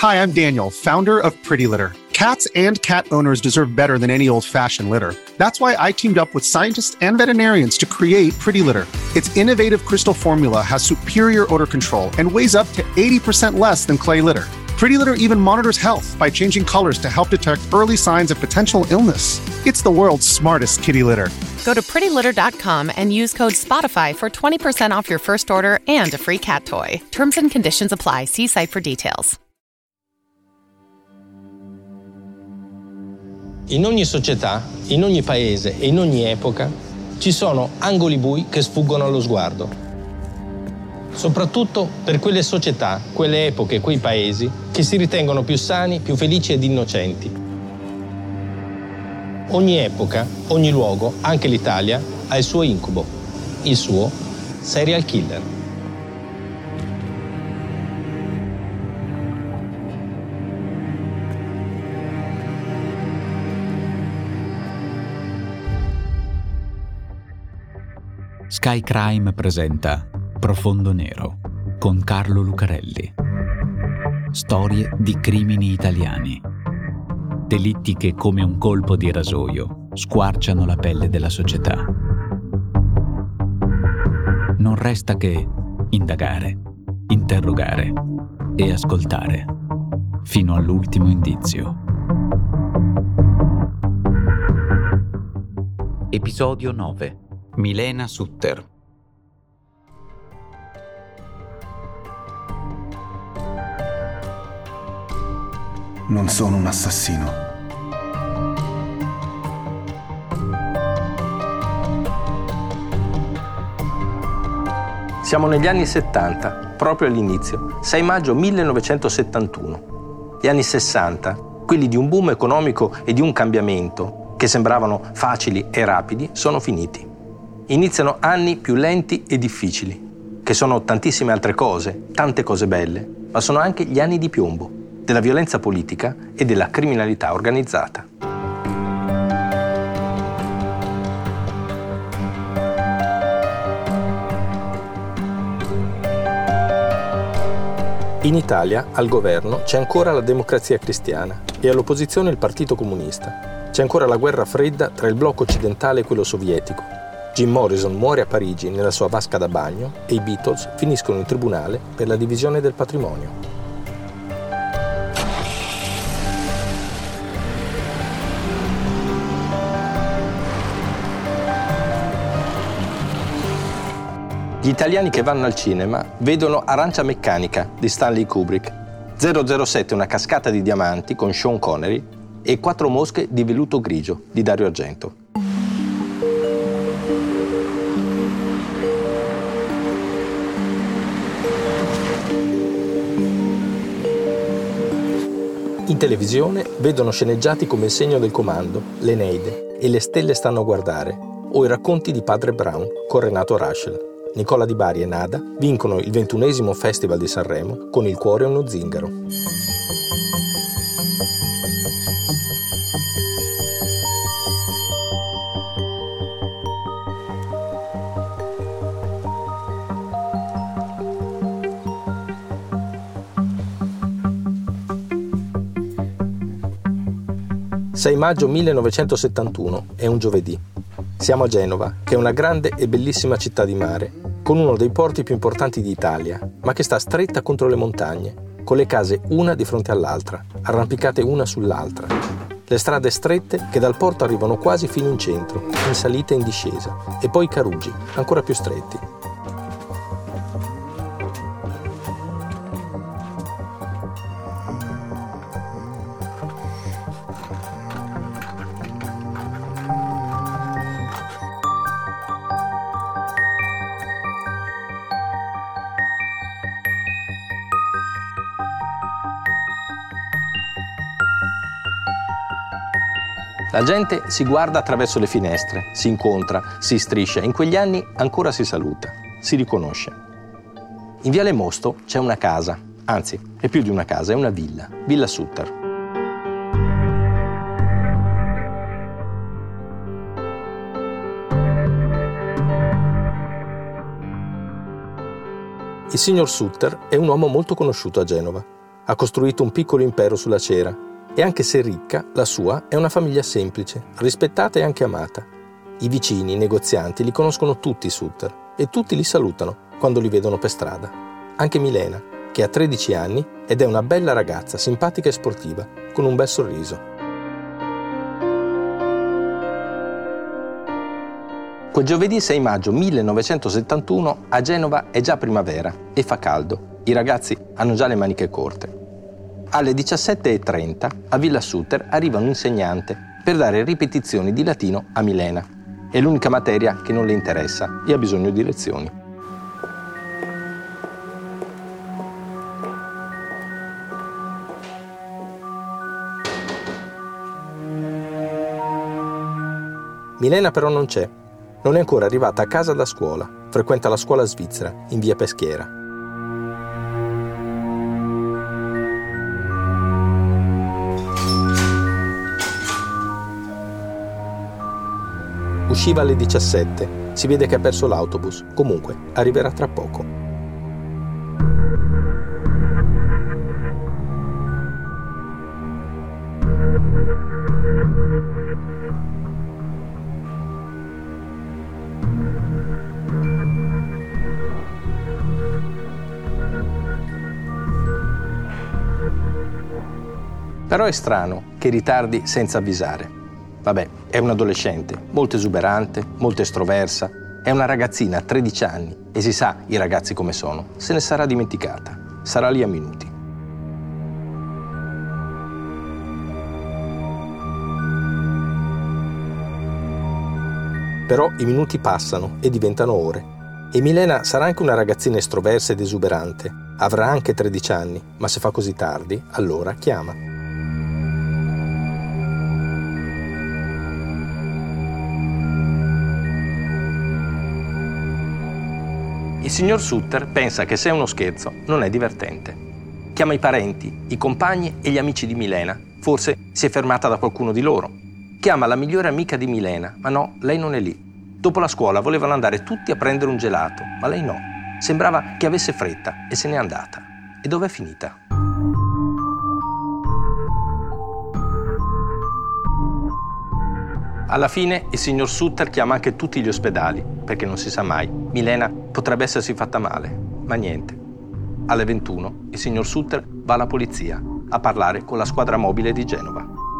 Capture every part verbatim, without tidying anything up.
Hi, I'm Daniel, founder of Pretty Litter. Cats and cat owners deserve better than any old-fashioned litter. That's why I teamed up with scientists and veterinarians to create Pretty Litter. Its innovative crystal formula has superior odor control and weighs up to eighty percent less than clay litter. Pretty Litter even monitors health by changing colors to help detect early signs of potential illness. It's the world's smartest kitty litter. Go to pretty litter dot com and use code SPOTIFY for twenty percent off your first order and a free cat toy. Terms and conditions apply. See site for details. In ogni società, in ogni paese e in ogni epoca ci sono angoli bui che sfuggono allo sguardo. Soprattutto per quelle società, quelle epoche, quei paesi che si ritengono più sani, più felici ed innocenti. Ogni epoca, ogni luogo, anche l'Italia, ha il suo incubo, il suo serial killer. Sky Crime presenta Profondo Nero con Carlo Lucarelli. Storie di crimini italiani. Delitti che, come un colpo di rasoio, squarciano la pelle della società. Non resta che indagare, interrogare e ascoltare fino all'ultimo indizio. Episodio nove. Milena Sutter. Non sono un assassino. Siamo negli anni settanta, proprio all'inizio, sei maggio millenovecentosettantuno. Gli anni sessanta, quelli di un boom economico e di un cambiamento che sembravano facili e rapidi, sono finiti. Iniziano anni più lenti e difficili, che sono tantissime altre cose, tante cose belle, ma sono anche gli anni di piombo, della violenza politica e della criminalità organizzata. In Italia, al governo, c'è ancora la Democrazia Cristiana e all'opposizione il Partito Comunista. C'è ancora la guerra fredda tra il blocco occidentale e quello sovietico. Jim Morrison muore a Parigi nella sua vasca da bagno e i Beatles finiscono in tribunale per la divisione del patrimonio. Gli italiani che vanno al cinema vedono Arancia meccanica di Stanley Kubrick, zero zero sette una cascata di diamanti con Sean Connery e Quattro mosche di velluto grigio di Dario Argento. In televisione vedono sceneggiati come Il segno del comando, L'Eneide e Le stelle stanno a guardare, o i racconti di Padre Brown con Renato Raschel. Nicola Di Bari e Nada vincono il ventunesimo Festival di Sanremo con Il cuore è uno zingaro. sei maggio millenovecentosettantuno è un giovedì. Siamo a Genova, che è una grande e bellissima città di mare, con uno dei porti più importanti d'Italia, ma che sta stretta contro le montagne, con le case una di fronte all'altra, arrampicate una sull'altra. Le strade strette che dal porto arrivano quasi fino in centro, in salita e in discesa, e poi i carugi, ancora più stretti. La gente si guarda attraverso le finestre, si incontra, si striscia. In quegli anni ancora si saluta, si riconosce. In Viale Mosto c'è una casa, anzi, è più di una casa, è una villa, Villa Sutter. Il signor Sutter è un uomo molto conosciuto a Genova. Ha costruito un piccolo impero sulla cera e anche se ricca, la sua è una famiglia semplice, rispettata e anche amata. I vicini, i negozianti li conoscono tutti i Sutter e tutti li salutano quando li vedono per strada. Anche Milena, che ha tredici anni ed è una bella ragazza, simpatica e sportiva, con un bel sorriso. Quel giovedì sei maggio millenovecentosettantuno a Genova è già primavera e fa caldo. I ragazzi hanno già le maniche corte. Alle diciassette e trenta a Villa Sutter arriva un insegnante per dare ripetizioni di latino a Milena. È l'unica materia che non le interessa e ha bisogno di lezioni. Milena però non c'è. Non è ancora arrivata a casa da scuola. Frequenta la scuola svizzera in via Peschiera. Usciva alle diciassette. Si vede che ha perso l'autobus. Comunque, arriverà tra poco. Però è strano che ritardi senza avvisare. Vabbè, è un adolescente, molto esuberante, molto estroversa, è una ragazzina a tredici anni e si sa i ragazzi come sono, se ne sarà dimenticata, sarà lì a minuti. Però i minuti passano e diventano ore e Milena sarà anche una ragazzina estroversa ed esuberante, avrà anche tredici anni, ma se fa così tardi, allora chiama. Il signor Sutter pensa che se è uno scherzo non è divertente. Chiama i parenti, i compagni e gli amici di Milena. Forse si è fermata da qualcuno di loro. Chiama la migliore amica di Milena, ma no, lei non è lì. Dopo la scuola volevano andare tutti a prendere un gelato, ma lei no. Sembrava che avesse fretta e se n'è andata. E dove è finita? Alla fine il signor Sutter chiama anche tutti gli ospedali, perché non si sa mai. Milena potrebbe essersi fatta male, ma niente. Alle ventuno il signor Sutter va alla polizia a parlare con la squadra mobile di Genova.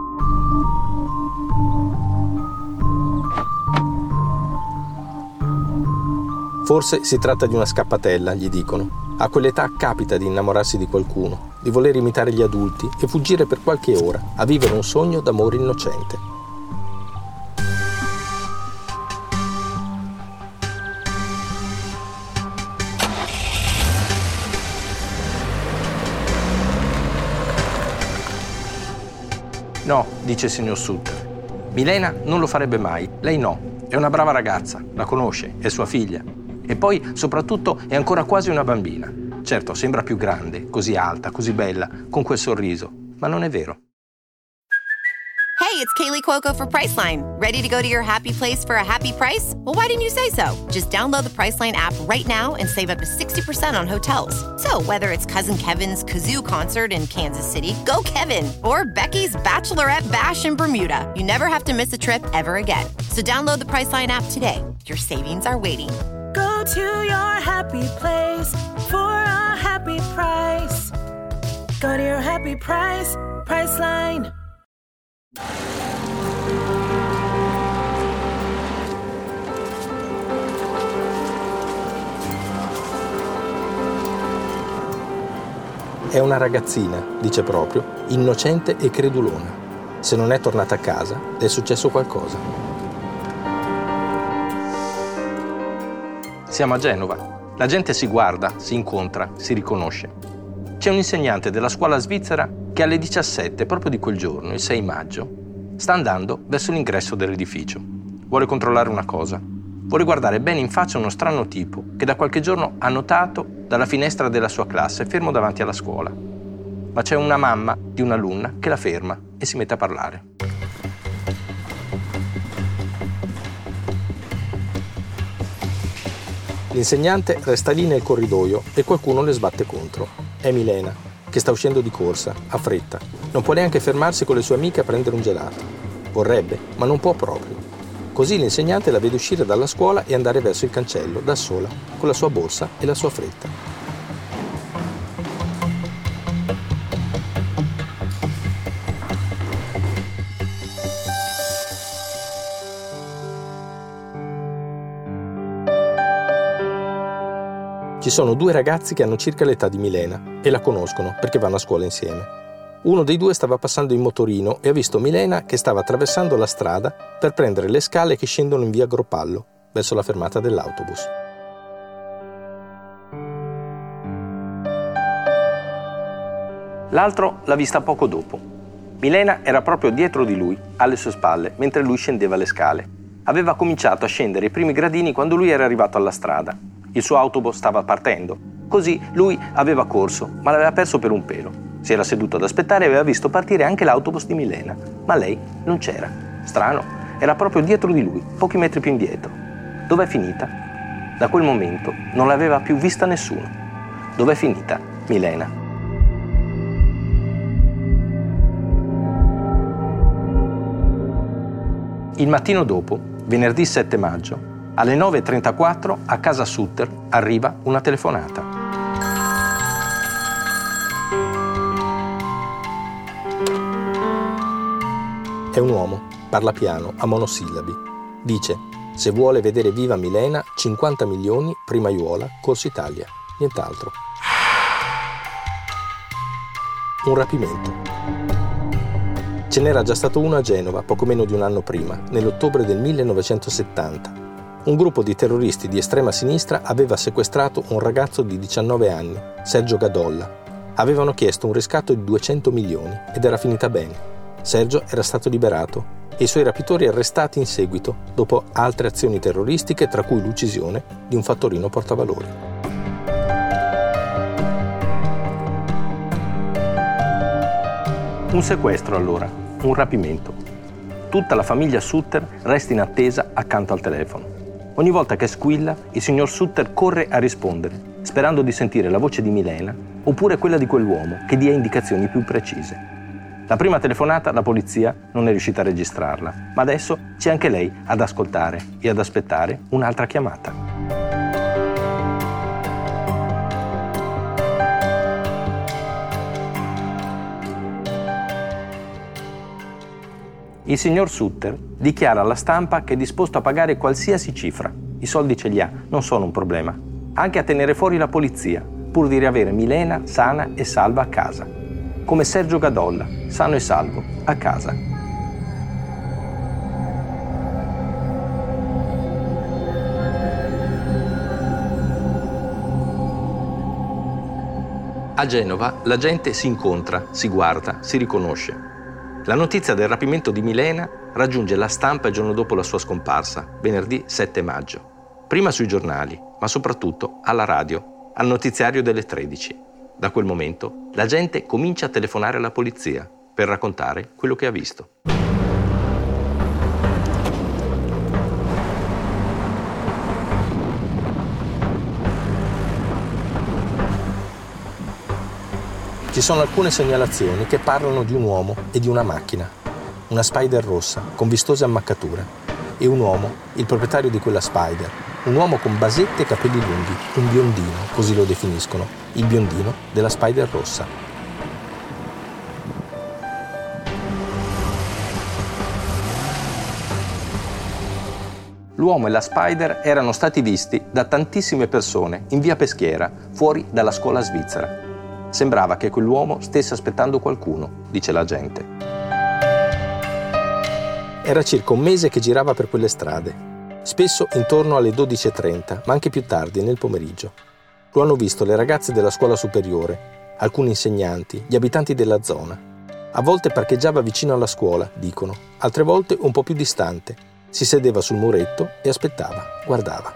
Forse si tratta di una scappatella, gli dicono. A quell'età capita di innamorarsi di qualcuno, di voler imitare gli adulti e fuggire per qualche ora a vivere un sogno d'amore innocente. No, dice il signor Sutter. Milena non lo farebbe mai, lei no. È una brava ragazza, la conosce, è sua figlia. E poi, soprattutto, è ancora quasi una bambina. Certo, sembra più grande, così alta, così bella, con quel sorriso. Ma non è vero. Hey, it's Kaylee Cuoco for Priceline. Ready to go to your happy place for a happy price? Well, why didn't you say so? Just download the Priceline app right now and save up to sixty percent on hotels. So whether it's Cousin Kevin's Kazoo Concert in Kansas City, go Kevin, or Becky's Bachelorette Bash in Bermuda, you never have to miss a trip ever again. So download the Priceline app today. Your savings are waiting. Go to your happy place for a happy price. Go to your happy price, Priceline. È una ragazzina, dice proprio, innocente e credulona. Se non è tornata a casa, le è successo qualcosa. Siamo a Genova. La gente si guarda, si incontra, si riconosce. C'è un insegnante della scuola svizzera che alle diciassette, proprio di quel giorno, il sei maggio, sta andando verso l'ingresso dell'edificio. Vuole controllare una cosa. Vuole guardare bene in faccia uno strano tipo che da qualche giorno ha notato dalla finestra della sua classe, fermo davanti alla scuola. Ma c'è una mamma di un'alunna che la ferma e si mette a parlare. L'insegnante resta lì nel corridoio e qualcuno le sbatte contro. È Milena, che che sta uscendo di corsa, ha fretta. Non può neanche fermarsi con le sue amiche a prendere un gelato. Vorrebbe, ma non può proprio. Così l'insegnante la vede uscire dalla scuola e andare verso il cancello, da sola, con la sua borsa e la sua fretta. Ci sono due ragazzi che hanno circa l'età di Milena e la conoscono perché vanno a scuola insieme. Uno dei due stava passando in motorino e ha visto Milena che stava attraversando la strada per prendere le scale che scendono in via Groppallo, verso la fermata dell'autobus. L'altro l'ha vista poco dopo. Milena era proprio dietro di lui, alle sue spalle, mentre lui scendeva le scale. Aveva cominciato a scendere i primi gradini quando lui era arrivato alla strada. Il suo autobus stava partendo. Così lui aveva corso, ma l'aveva perso per un pelo. Si era seduto ad aspettare e aveva visto partire anche l'autobus di Milena, ma lei non c'era. Strano, era proprio dietro di lui, pochi metri più indietro. Dov'è finita? Da quel momento non l'aveva più vista nessuno. Dov'è finita Milena? Il mattino dopo, venerdì sette maggio, alle nove e trentaquattro a casa Sutter arriva una telefonata. È un uomo, parla piano, a monosillabi. Dice, se vuole vedere viva Milena, cinquanta milioni, prima aiuola, Corso Italia. Nient'altro. Un rapimento. Ce n'era già stato uno a Genova poco meno di un anno prima, nell'ottobre del millenovecentosettanta. Un gruppo di terroristi di estrema sinistra aveva sequestrato un ragazzo di diciannove anni, Sergio Gadolla. Avevano chiesto un riscatto di duecento milioni ed era finita bene. Sergio era stato liberato e i suoi rapitori arrestati in seguito, dopo altre azioni terroristiche, tra cui l'uccisione di un fattorino portavalori. Un sequestro allora, un rapimento. Tutta la famiglia Sutter resta in attesa accanto al telefono. Ogni volta che squilla, il signor Sutter corre a rispondere, sperando di sentire la voce di Milena oppure quella di quell'uomo che dia indicazioni più precise. La prima telefonata la polizia non è riuscita a registrarla, ma adesso c'è anche lei ad ascoltare e ad aspettare un'altra chiamata. Il signor Sutter dichiara alla stampa che è disposto a pagare qualsiasi cifra. I soldi ce li ha, non sono un problema. Anche a tenere fuori la polizia, pur di riavere Milena sana e salva a casa. Come Sergio Gadolla, sano e salvo, a casa. A Genova la gente si incontra, si guarda, si riconosce. La notizia del rapimento di Milena raggiunge la stampa il giorno dopo la sua scomparsa, venerdì sette maggio. Prima sui giornali, ma soprattutto alla radio, al notiziario delle tredici. Da quel momento la gente comincia a telefonare alla polizia per raccontare quello che ha visto. Ci sono alcune segnalazioni che parlano di un uomo e di una macchina, una Spider rossa con vistose ammaccature, e un uomo, il proprietario di quella Spider, un uomo con basette e capelli lunghi, un biondino, così lo definiscono, il biondino della Spider rossa. L'uomo e la Spider erano stati visti da tantissime persone in via Peschiera, fuori dalla scuola svizzera. Sembrava che quell'uomo stesse aspettando qualcuno, dice la gente. Era circa un mese che girava per quelle strade, spesso intorno alle dodici e trenta, ma anche più tardi, nel pomeriggio. Lo hanno visto le ragazze della scuola superiore, alcuni insegnanti, gli abitanti della zona. A volte parcheggiava vicino alla scuola, dicono, altre volte un po' più distante. Si sedeva sul muretto e aspettava, guardava.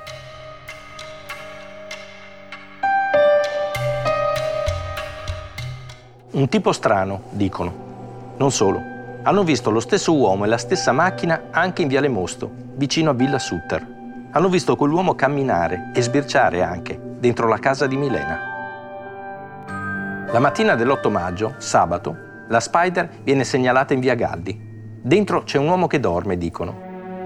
Un tipo strano, dicono. Non solo. Hanno visto lo stesso uomo e la stessa macchina anche in Viale Mosto, vicino a Villa Sutter. Hanno visto quell'uomo camminare e sbirciare anche dentro la casa di Milena. La mattina dell'otto maggio, sabato, la Spider viene segnalata in via Galli. Dentro c'è un uomo che dorme, dicono.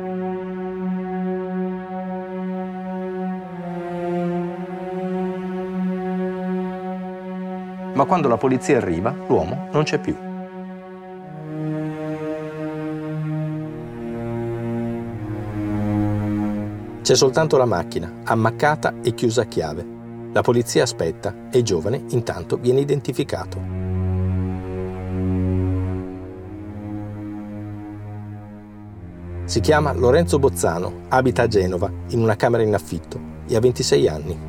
Ma quando la polizia arriva, l'uomo non c'è più. C'è soltanto la macchina, ammaccata e chiusa a chiave. La polizia aspetta e il giovane, intanto, viene identificato. Si chiama Lorenzo Bozzano, abita a Genova, in una camera in affitto, e ha ventisei anni.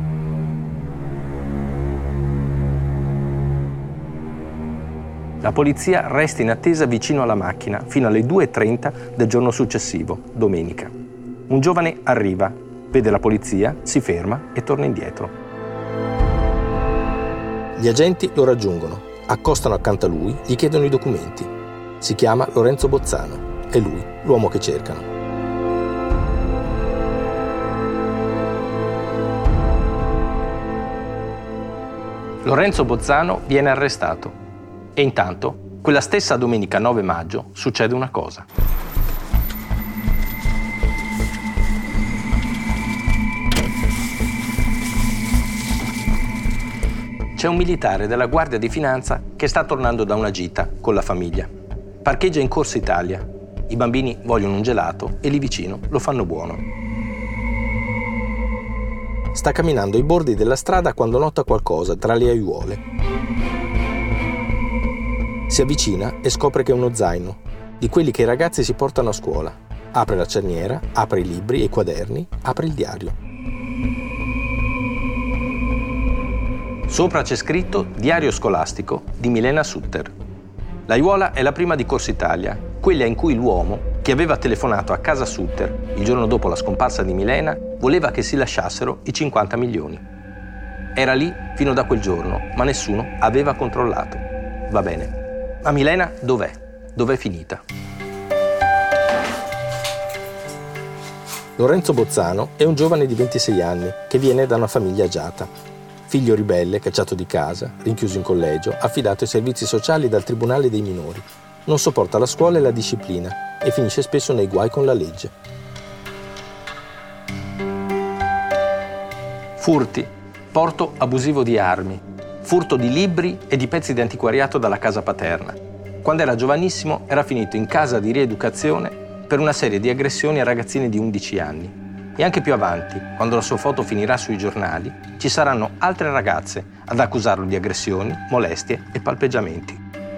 La polizia resta in attesa vicino alla macchina fino alle due e trenta del giorno successivo, domenica. Un giovane arriva, vede la polizia, si ferma e torna indietro. Gli agenti lo raggiungono, accostano accanto a lui, gli chiedono i documenti. Si chiama Lorenzo Bozzano, è lui, l'uomo che cercano. Lorenzo Bozzano viene arrestato. E intanto, quella stessa domenica nove maggio, succede una cosa. C'è un militare della Guardia di Finanza che sta tornando da una gita con la famiglia. Parcheggia in Corsa Italia. I bambini vogliono un gelato e lì vicino lo fanno buono. Sta camminando ai bordi della strada quando nota qualcosa tra le aiuole. Si avvicina e scopre che è uno zaino, di quelli che i ragazzi si portano a scuola. Apre la cerniera, apre i libri e i quaderni, apre il diario. Sopra c'è scritto Diario scolastico di Milena Sutter. L'aiuola è la prima di Corsa Italia, quella in cui l'uomo, che aveva telefonato a casa Sutter il giorno dopo la scomparsa di Milena, voleva che si lasciassero i cinquanta milioni. Era lì fino da quel giorno, ma nessuno aveva controllato. Va bene. Ma Milena dov'è? Dov'è finita? Lorenzo Bozzano è un giovane di ventisei anni che viene da una famiglia agiata. Figlio ribelle, cacciato di casa, rinchiuso in collegio, affidato ai servizi sociali dal Tribunale dei minori. Non sopporta la scuola e la disciplina e finisce spesso nei guai con la legge. Furti, porto abusivo di armi, furto di libri e di pezzi di antiquariato dalla casa paterna. Quando era giovanissimo era finito in casa di rieducazione per una serie di aggressioni a ragazzine di undici anni. E anche più avanti, quando la sua foto finirà sui giornali, ci saranno altre ragazze ad accusarlo di aggressioni, molestie e palpeggiamenti.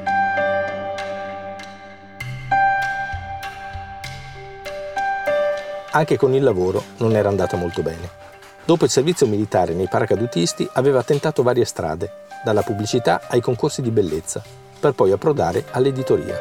Anche con il lavoro non era andata molto bene. Dopo il servizio militare nei paracadutisti aveva tentato varie strade, dalla pubblicità ai concorsi di bellezza, per poi approdare all'editoria.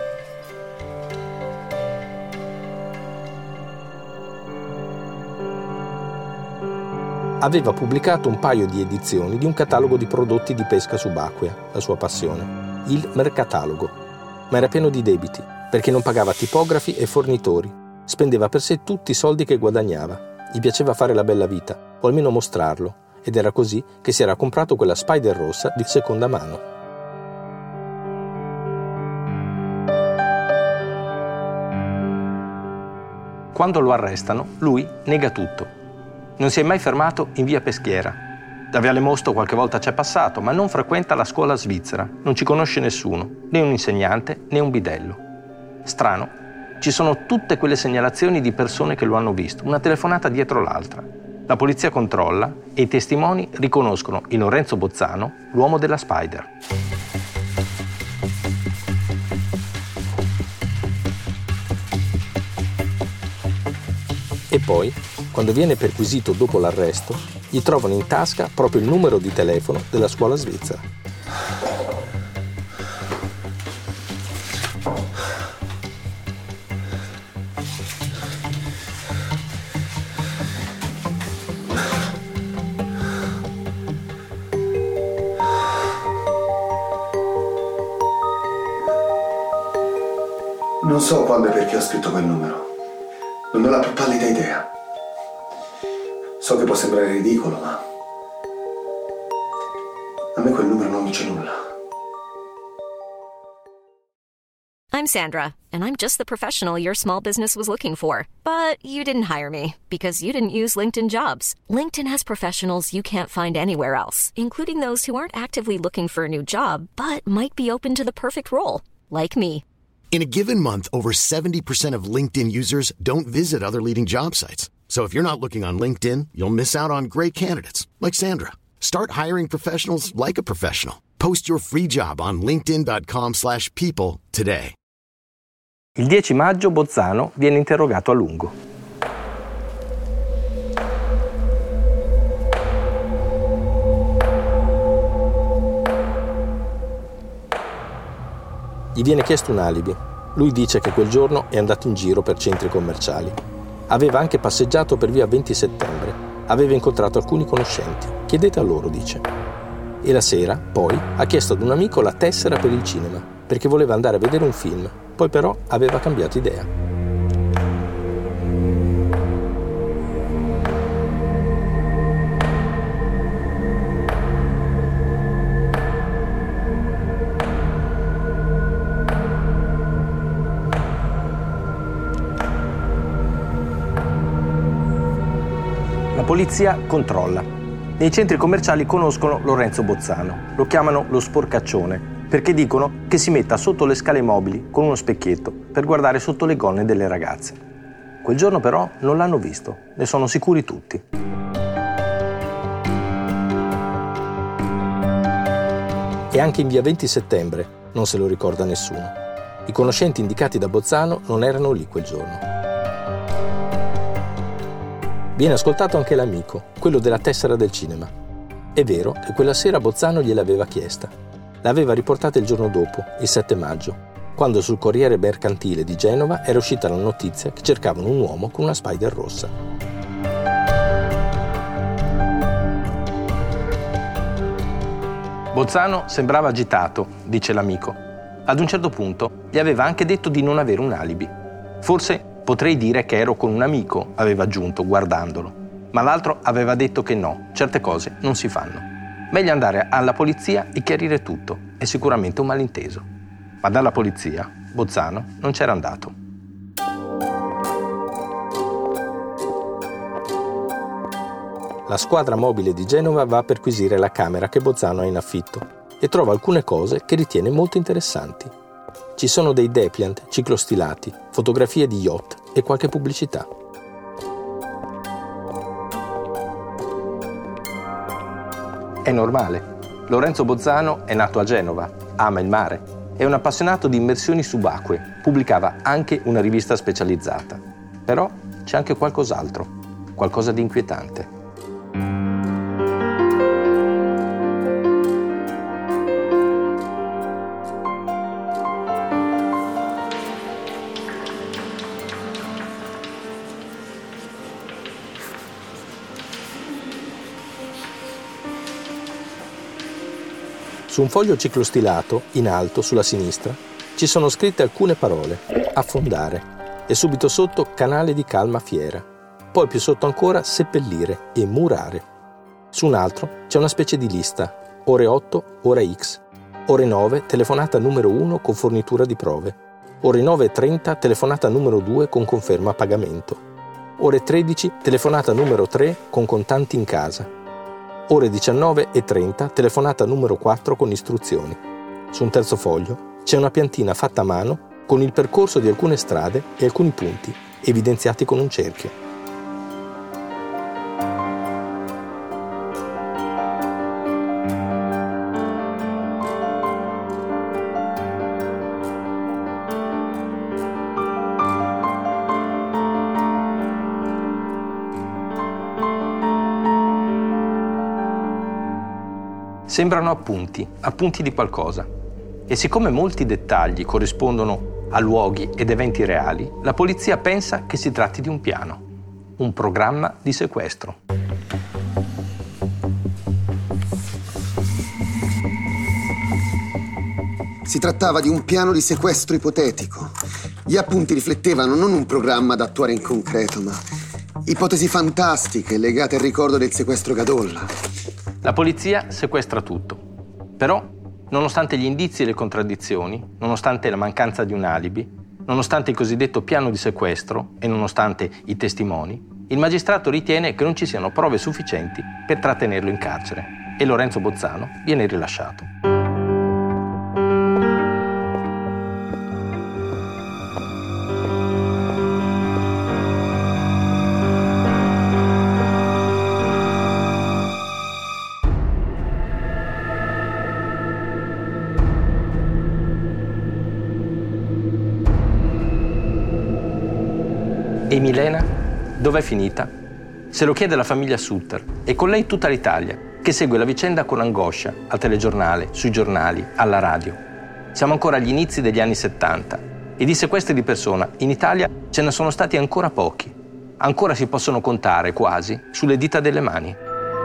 Aveva pubblicato un paio di edizioni di un catalogo di prodotti di pesca subacquea, la sua passione, il Mercatalogo, ma era pieno di debiti, perché non pagava tipografi e fornitori, spendeva per sé tutti i soldi che guadagnava. Gli piaceva fare la bella vita, o almeno mostrarlo, ed era così che si era comprato quella Spider rossa di seconda mano. Quando lo arrestano, lui nega tutto. Non si è mai fermato in via Peschiera. Da Viale Mosto qualche volta c'è passato, ma non frequenta la scuola svizzera, non ci conosce nessuno, né un insegnante né un bidello. Strano. Ci sono tutte quelle segnalazioni di persone che lo hanno visto, una telefonata dietro l'altra. La polizia controlla e i testimoni riconoscono in Lorenzo Bozzano l'uomo della Spider. E poi, quando viene perquisito dopo l'arresto, gli trovano in tasca proprio il numero di telefono della scuola svizzera. Non so quando e perché ho scritto quel numero. Non ho la più pallida idea. So che può sembrare ridicolo, ma A me quel numero non dice nulla. I'm Sandra, and I'm just the professional your small business was looking for. But you didn't hire me because you didn't use LinkedIn Jobs. LinkedIn has professionals you can't find anywhere else, including those who aren't actively looking for a new job, but might be open to the perfect role, like me. In a given month, over seventy percent of LinkedIn users don't visit other leading job sites. So if you're not looking on LinkedIn, you'll miss out on great candidates like Sandra. Start hiring professionals like a professional. Post your free job on linkedin dot com slash people today. Il dieci maggio Bozzano viene interrogato a lungo. Gli viene chiesto un alibi. Lui dice che quel giorno è andato in giro per centri commerciali. Aveva anche passeggiato per via venti settembre. Aveva incontrato alcuni conoscenti. Chiedete a loro, dice. E la sera, poi, ha chiesto ad un amico la tessera per il cinema, perché voleva andare a vedere un film. Poi però aveva cambiato idea. La polizia controlla. Nei centri commerciali conoscono Lorenzo Bozzano. Lo chiamano lo sporcaccione, perché dicono che si metta sotto le scale mobili con uno specchietto per guardare sotto le gonne delle ragazze. Quel giorno però non l'hanno visto, ne sono sicuri tutti. E anche in via venti settembre non se lo ricorda nessuno. I conoscenti indicati da Bozzano non erano lì quel giorno. Viene ascoltato anche l'amico, quello della tessera del cinema. È vero che quella sera Bozzano gliel'aveva chiesta. L'aveva riportata il giorno dopo, il sette maggio, quando sul Corriere Mercantile di Genova era uscita la notizia che cercavano un uomo con una Spider rossa. Bozzano sembrava agitato, dice l'amico. Ad un certo punto gli aveva anche detto di non avere un alibi. Forse potrei dire che ero con un amico, aveva aggiunto guardandolo. Ma l'altro aveva detto che no, certe cose non si fanno. Meglio andare alla polizia e chiarire tutto, è sicuramente un malinteso. Ma dalla polizia Bozzano non c'era andato. La squadra mobile di Genova va a perquisire la camera che Bozzano ha in affitto e trova alcune cose che ritiene molto interessanti. Ci sono dei dépliant ciclostilati, fotografie di yacht e qualche pubblicità. È normale. Lorenzo Bozzano è nato a Genova, ama il mare, è un appassionato di immersioni subacquee, pubblicava anche una rivista specializzata. Però c'è anche qualcos'altro, qualcosa di inquietante. Su un foglio ciclostilato, in alto, sulla sinistra, ci sono scritte alcune parole. Affondare. E subito sotto canale di calma fiera. Poi più sotto ancora seppellire e murare. Su un altro c'è una specie di lista. Ore otto, ora X. Ore nove, telefonata numero uno con fornitura di prove. Ore nove e trenta, telefonata numero due con conferma pagamento. Ore tredici, telefonata numero tre con contanti in casa. Ore diciannove e trenta, telefonata numero quattro con istruzioni. Su un terzo foglio c'è una piantina fatta a mano con il percorso di alcune strade e alcuni punti, evidenziati con un cerchio. Sembrano appunti, appunti di qualcosa. E siccome molti dettagli corrispondono a luoghi ed eventi reali, la polizia pensa che si tratti di un piano, un programma di sequestro. Si trattava di un piano di sequestro ipotetico. Gli appunti riflettevano non un programma da attuare in concreto, ma ipotesi fantastiche legate al ricordo del sequestro Gadolla. La polizia sequestra tutto. Però, nonostante gli indizi e le contraddizioni, nonostante la mancanza di un alibi, nonostante il cosiddetto piano di sequestro e nonostante i testimoni, il magistrato ritiene che non ci siano prove sufficienti per trattenerlo in carcere e Lorenzo Bozzano viene rilasciato. E Milena? Dov'è finita? Se lo chiede la famiglia Sutter e con lei tutta l'Italia, che segue la vicenda con angoscia al telegiornale, sui giornali, alla radio. Siamo ancora agli inizi degli anni settanta e di sequestri di persona in Italia ce ne sono stati ancora pochi. Ancora si possono contare quasi sulle dita delle mani.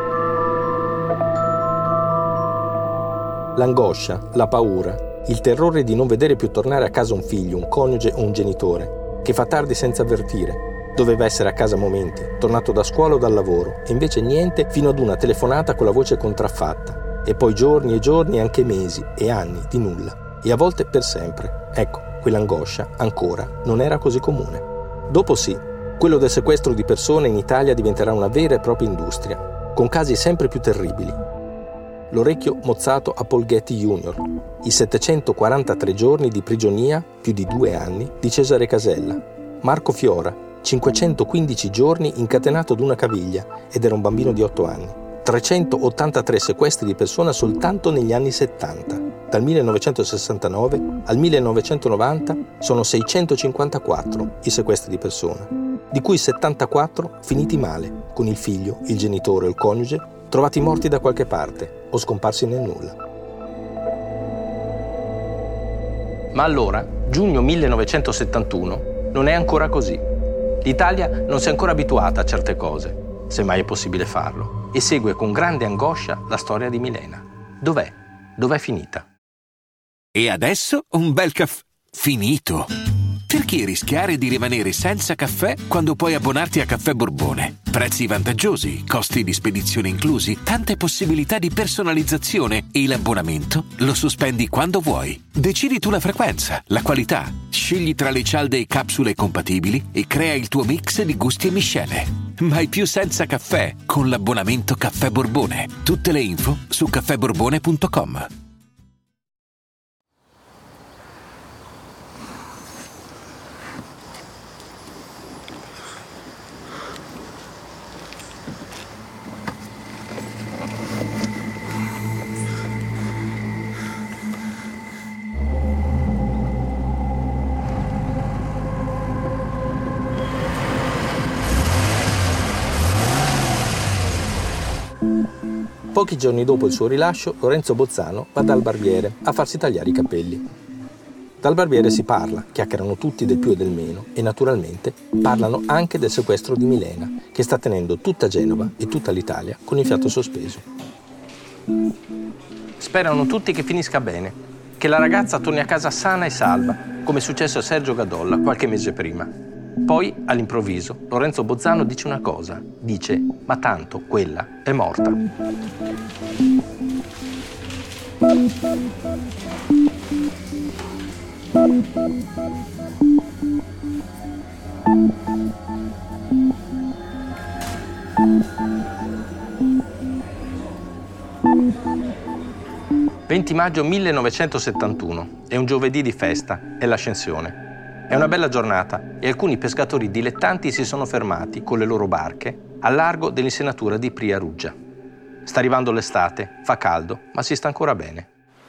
L'angoscia, la paura, il terrore di non vedere più tornare a casa un figlio, un coniuge o un genitore, che fa tardi senza avvertire. Doveva essere a casa a momenti, tornato da scuola o dal lavoro, e invece niente fino ad una telefonata con la voce contraffatta. E poi giorni e giorni, anche mesi e anni di nulla. E a volte per sempre. Ecco, quell'angoscia, ancora, non era così comune. Dopo sì, quello del sequestro di persone in Italia diventerà una vera e propria industria, con casi sempre più terribili. L'orecchio mozzato a Paul Getty junior, i settecentoquarantatré giorni di prigionia, più di due anni, di Cesare Casella. Marco Fiora, cinquecentoquindici giorni incatenato ad una caviglia ed era un bambino di otto anni. trecentottantatré sequestri di persona soltanto negli anni settanta. Dal millenovecentosessantanove al millenovecentonovanta sono seicentocinquantaquattro i sequestri di persona, di cui settantaquattro finiti male, con il figlio, il genitore o il coniuge trovati morti da qualche parte o scomparsi nel nulla. Ma allora, giugno millenovecentosettantuno, non è ancora così. L'Italia non si è ancora abituata a certe cose, se mai è possibile farlo, e segue con grande angoscia la storia di Milena. Dov'è? Dov'è finita? E adesso un bel caffè finito. Perché rischiare di rimanere senza caffè quando puoi abbonarti a Caffè Borbone? Prezzi vantaggiosi, costi di spedizione inclusi, tante possibilità di personalizzazione e l'abbonamento lo sospendi quando vuoi. Decidi tu la frequenza, la qualità, scegli tra le cialde e capsule compatibili e crea il tuo mix di gusti e miscele. Mai più senza caffè con l'abbonamento Caffè Borbone. Tutte le info su caffè borbone punto com. Pochi giorni dopo il suo rilascio, Lorenzo Bozzano va dal barbiere a farsi tagliare i capelli. Dal barbiere si parla, chiacchierano tutti del più e del meno e naturalmente parlano anche del sequestro di Milena, che sta tenendo tutta Genova e tutta l'Italia con il fiato sospeso. Sperano tutti che finisca bene, che la ragazza torni a casa sana e salva, come è successo a Sergio Gadolla qualche mese prima. Poi, all'improvviso, Lorenzo Bozzano dice una cosa. Dice, ma tanto quella è morta. venti maggio millenovecentosettantuno, è un giovedì di festa, è l'Ascensione. È una bella giornata e alcuni pescatori dilettanti si sono fermati con le loro barche al largo dell'insenatura di Pria Ruggia. Sta arrivando l'estate, fa caldo, ma si sta ancora bene.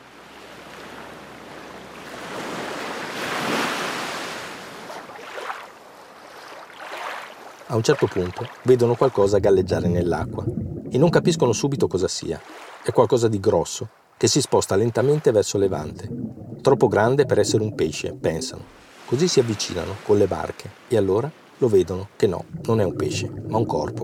A un certo punto vedono qualcosa galleggiare nell'acqua e non capiscono subito cosa sia. È qualcosa di grosso che si sposta lentamente verso levante. Troppo grande per essere un pesce, pensano. Così si avvicinano con le barche e allora lo vedono che no, non è un pesce, ma un corpo.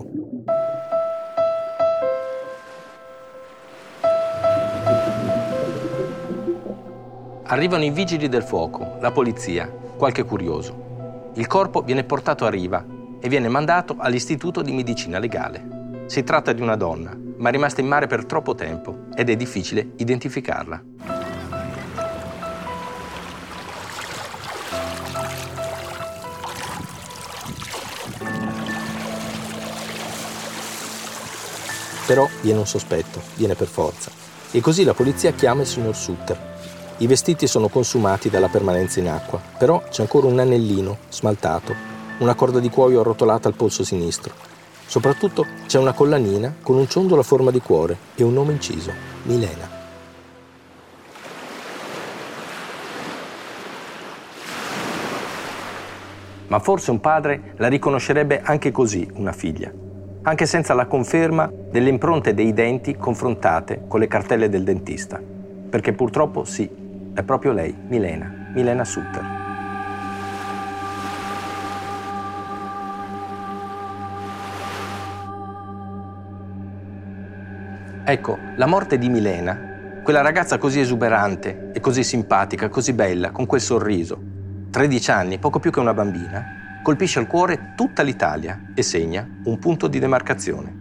Arrivano i vigili del fuoco, la polizia, qualche curioso. Il corpo viene portato a riva e viene mandato all'Istituto di Medicina Legale. Si tratta di una donna, ma è rimasta in mare per troppo tempo ed è difficile identificarla. Però viene un sospetto, viene per forza. E così la polizia chiama il signor Sutter. I vestiti sono consumati dalla permanenza in acqua, però c'è ancora un anellino smaltato, una corda di cuoio arrotolata al polso sinistro. Soprattutto c'è una collanina con un ciondolo a forma di cuore e un nome inciso, Milena. Ma forse un padre la riconoscerebbe anche così, una figlia, anche senza la conferma delle impronte dei denti confrontate con le cartelle del dentista. Perché purtroppo sì, è proprio lei, Milena, Milena Sutter. Ecco, la morte di Milena, quella ragazza così esuberante e così simpatica, così bella, con quel sorriso, tredici anni, poco più che una bambina, colpisce al cuore tutta l'Italia e segna un punto di demarcazione.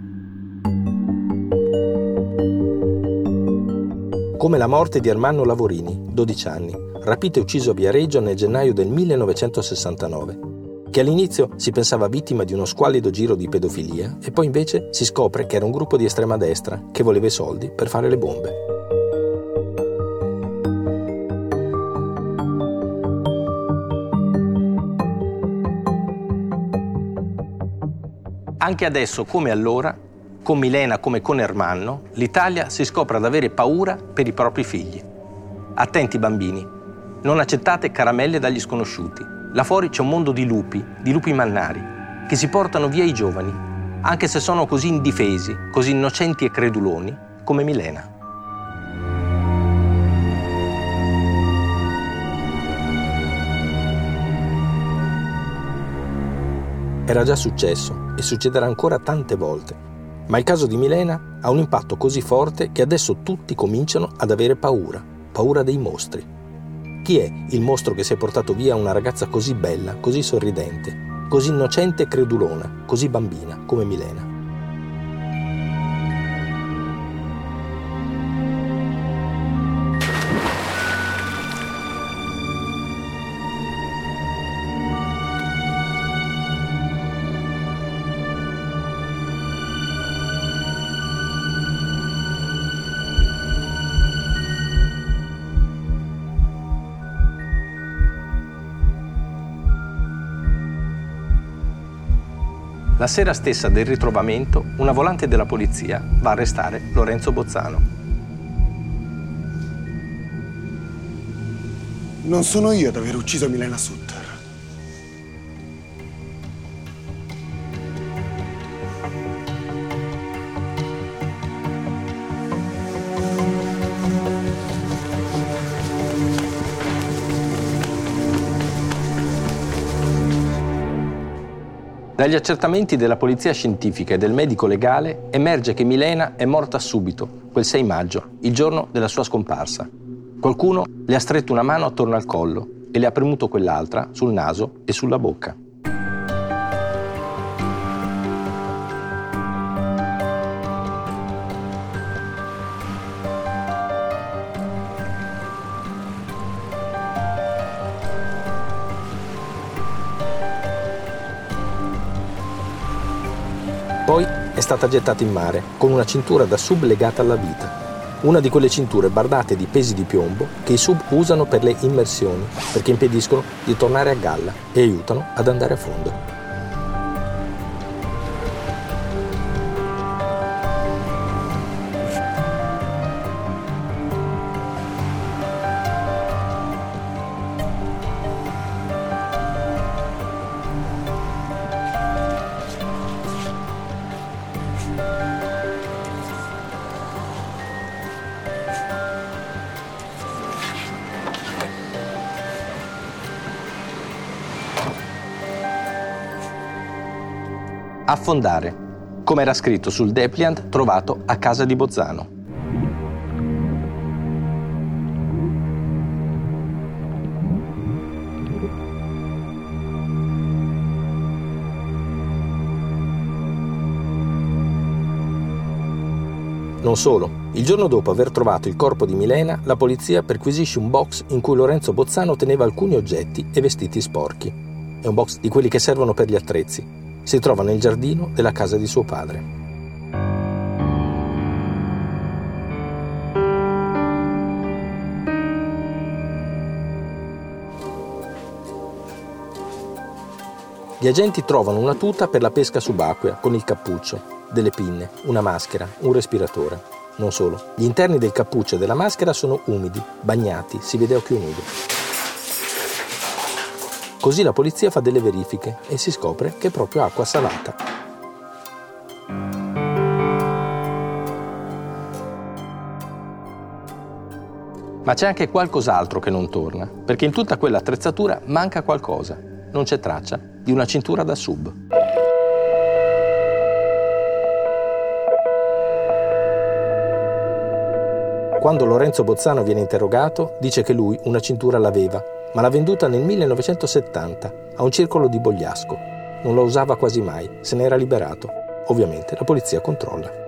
Come la morte di Ermanno Lavorini, dodici anni, rapito e ucciso a Viareggio nel gennaio del millenovecentosessantanove, che all'inizio si pensava vittima di uno squallido giro di pedofilia e poi invece si scopre che era un gruppo di estrema destra che voleva i soldi per fare le bombe. Anche adesso, come allora, con Milena come con Ermanno, l'Italia si scopre ad avere paura per i propri figli. Attenti bambini, non accettate caramelle dagli sconosciuti. Là fuori c'è un mondo di lupi, di lupi mannari, che si portano via i giovani, anche se sono così indifesi, così innocenti e creduloni come Milena. Era già successo e succederà ancora tante volte, ma il caso di Milena ha un impatto così forte che adesso tutti cominciano ad avere paura, paura dei mostri. Chi è il mostro che si è portato via una ragazza così bella, così sorridente, così innocente e credulona, così bambina come Milena? La sera stessa del ritrovamento, una volante della polizia va a arrestare Lorenzo Bozzano. Non sono io ad aver ucciso Milena Sutter. Dagli accertamenti della polizia scientifica e del medico legale emerge che Milena è morta subito, quel sei maggio, il giorno della sua scomparsa. Qualcuno le ha stretto una mano attorno al collo e le ha premuto quell'altra sul naso e sulla bocca. Poi è stata gettata in mare con una cintura da sub legata alla vita. Una di quelle cinture bardate di pesi di piombo che i sub usano per le immersioni, perché impediscono di tornare a galla e aiutano ad andare a fondo. Affondare, come era scritto sul dépliant trovato a casa di Bozzano. Non solo, il giorno dopo aver trovato il corpo di Milena, la polizia perquisisce un box in cui Lorenzo Bozzano teneva alcuni oggetti e vestiti sporchi. È un box di quelli che servono per gli attrezzi. Si trova nel giardino della casa di suo padre. Gli agenti trovano una tuta per la pesca subacquea con il cappuccio, delle pinne, una maschera, un respiratore. Non solo, gli interni del cappuccio e della maschera sono umidi, bagnati, si vede a occhio nudo. Così la polizia fa delle verifiche e si scopre che è proprio acqua salata. Ma c'è anche qualcos'altro che non torna, perché in tutta quella attrezzatura manca qualcosa. Non c'è traccia di una cintura da sub. Quando Lorenzo Bozzano viene interrogato, dice che lui una cintura l'aveva, ma l'ha venduta nel millenovecentosettanta a un circolo di Bogliasco. Non la usava quasi mai, se ne era liberato. Ovviamente la polizia controlla.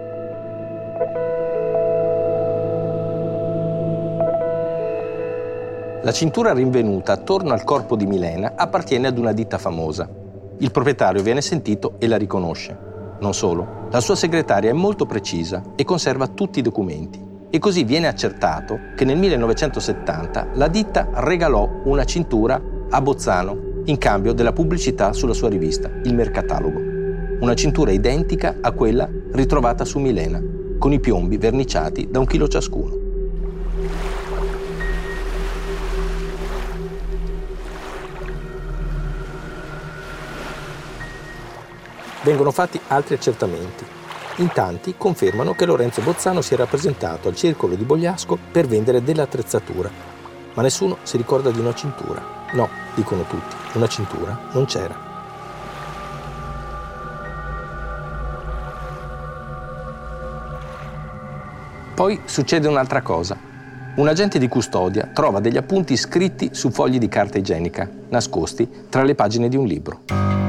La cintura rinvenuta attorno al corpo di Milena appartiene ad una ditta famosa. Il proprietario viene sentito e la riconosce. Non solo, la sua segretaria è molto precisa e conserva tutti i documenti. E così viene accertato che nel millenovecentosettanta la ditta regalò una cintura a Bozzano in cambio della pubblicità sulla sua rivista, il Mercatalogo. Una cintura identica a quella ritrovata su Milena, con i piombi verniciati da un chilo ciascuno. Vengono fatti altri accertamenti. In tanti confermano che Lorenzo Bozzano si era presentato al circolo di Bogliasco per vendere dell'attrezzatura, ma nessuno si ricorda di una cintura. No, dicono tutti, una cintura non c'era. Poi succede un'altra cosa. Un agente di custodia trova degli appunti scritti su fogli di carta igienica, nascosti tra le pagine di un libro.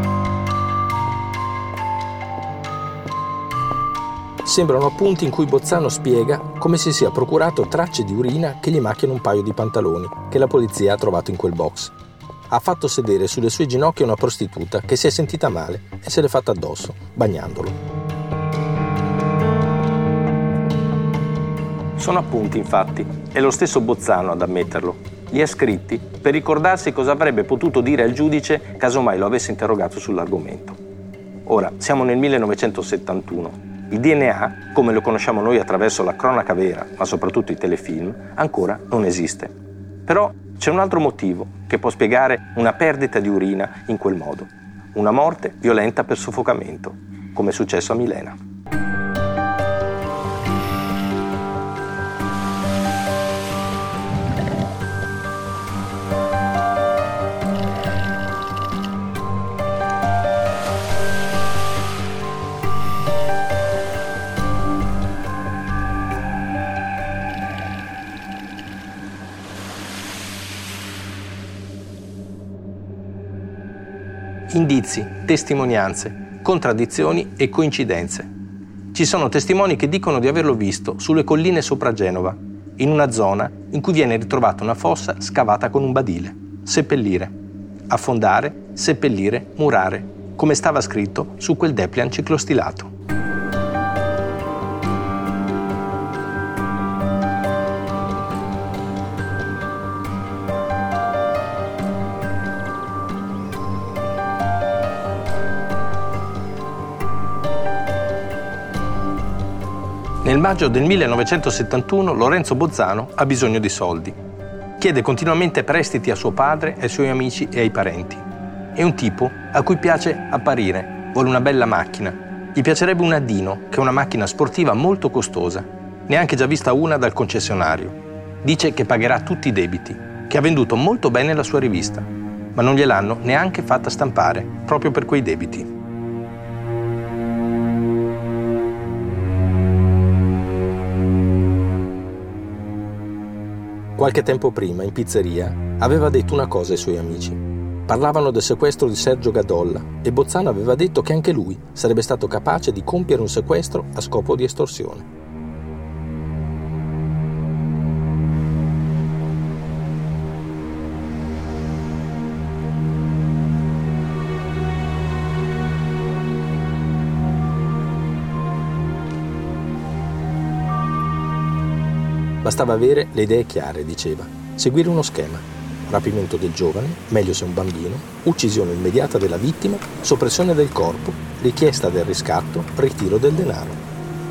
Sembrano appunti in cui Bozzano spiega come si sia procurato tracce di urina che gli macchiano un paio di pantaloni che la polizia ha trovato in quel box. Ha fatto sedere sulle sue ginocchia una prostituta che si è sentita male e se l'è fatta addosso, bagnandolo. Sono appunti, infatti, è lo stesso Bozzano ad ammetterlo. Li ha scritti per ricordarsi cosa avrebbe potuto dire al giudice casomai lo avesse interrogato sull'argomento. Ora, siamo nel millenovecentosettantuno. Il D N A, come lo conosciamo noi attraverso la cronaca vera, ma soprattutto i telefilm, ancora non esiste. Però c'è un altro motivo che può spiegare una perdita di urina in quel modo. Una morte violenta per soffocamento, come è successo a Milena. Indizi, testimonianze, contraddizioni e coincidenze. Ci sono testimoni che dicono di averlo visto sulle colline sopra Genova, in una zona in cui viene ritrovata una fossa scavata con un badile. Seppellire. Affondare, seppellire, murare, come stava scritto su quel dépliant ciclostilato. Nel maggio del millenovecentosettantuno Lorenzo Bozzano ha bisogno di soldi. Chiede continuamente prestiti a suo padre, ai suoi amici e ai parenti. È un tipo a cui piace apparire, vuole una bella macchina. Gli piacerebbe un Addino, che è una macchina sportiva molto costosa. Ne ha anche già vista una dal concessionario. Dice che pagherà tutti i debiti, che ha venduto molto bene la sua rivista, ma non gliel'hanno neanche fatta stampare, proprio per quei debiti. Qualche tempo prima, in pizzeria, aveva detto una cosa ai suoi amici. Parlavano del sequestro di Sergio Gadolla e Bozzano aveva detto che anche lui sarebbe stato capace di compiere un sequestro a scopo di estorsione. Bastava avere le idee chiare, diceva. Seguire uno schema. Rapimento del giovane, meglio se un bambino, uccisione immediata della vittima, soppressione del corpo, richiesta del riscatto, ritiro del denaro.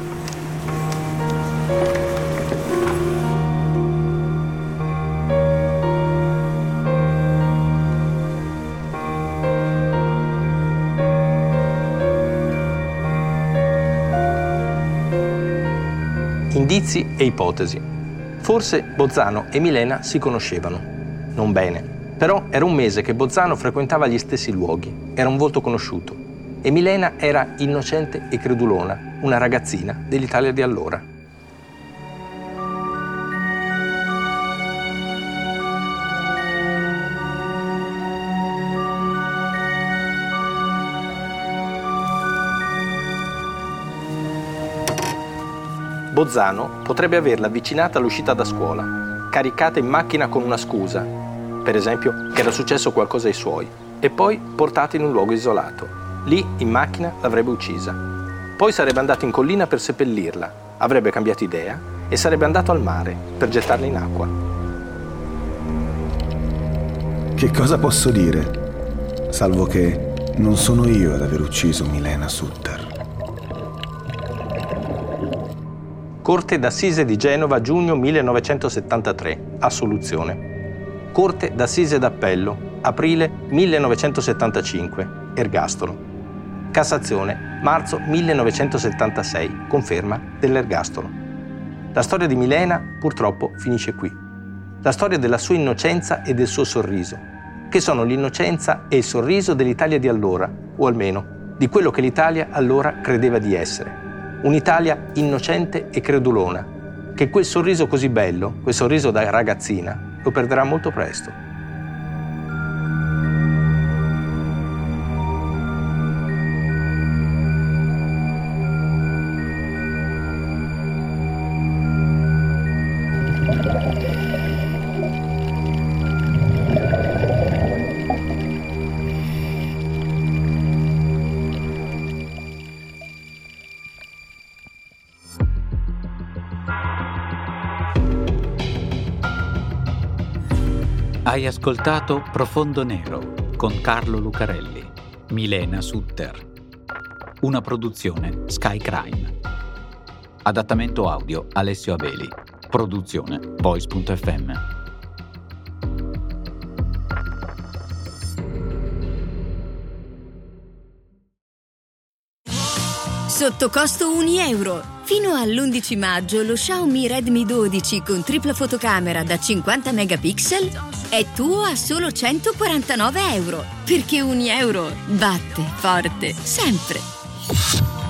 Indizi e ipotesi. Forse Bozzano e Milena si conoscevano. Non bene. Però era un mese che Bozzano frequentava gli stessi luoghi. Era un volto conosciuto. E Milena era innocente e credulona, una ragazzina dell'Italia di allora. Bozzano potrebbe averla avvicinata all'uscita da scuola, caricata in macchina con una scusa, per esempio che era successo qualcosa ai suoi, e poi portata in un luogo isolato. Lì, in macchina, l'avrebbe uccisa. Poi sarebbe andato in collina per seppellirla, avrebbe cambiato idea e sarebbe andato al mare per gettarla in acqua. Che cosa posso dire? Salvo che non sono io ad aver ucciso Milena Sutter. Corte d'Assise di Genova, giugno millenovecentosettantatré, assoluzione. Corte d'Assise d'Appello, aprile millenovecentosettantacinque, ergastolo. Cassazione, marzo millenovecentosettantasei, conferma dell'ergastolo. La storia di Milena purtroppo finisce qui. La storia della sua innocenza e del suo sorriso, che sono l'innocenza e il sorriso dell'Italia di allora, o almeno di quello che l'Italia allora credeva di essere. Un'Italia innocente e credulona, che quel sorriso così bello, quel sorriso da ragazzina, lo perderà molto presto. Hai ascoltato Profondo Nero con Carlo Lucarelli, Milena Sutter. Una produzione Sky Crime. Adattamento audio Alessio Abeli. Produzione Voice punto effe emme. Sotto costo un euro. Fino all'undici maggio lo Xiaomi Redmi dodici con tripla fotocamera da cinquanta megapixel è tuo a solo centoquarantanove euro. Perché un euro batte forte sempre.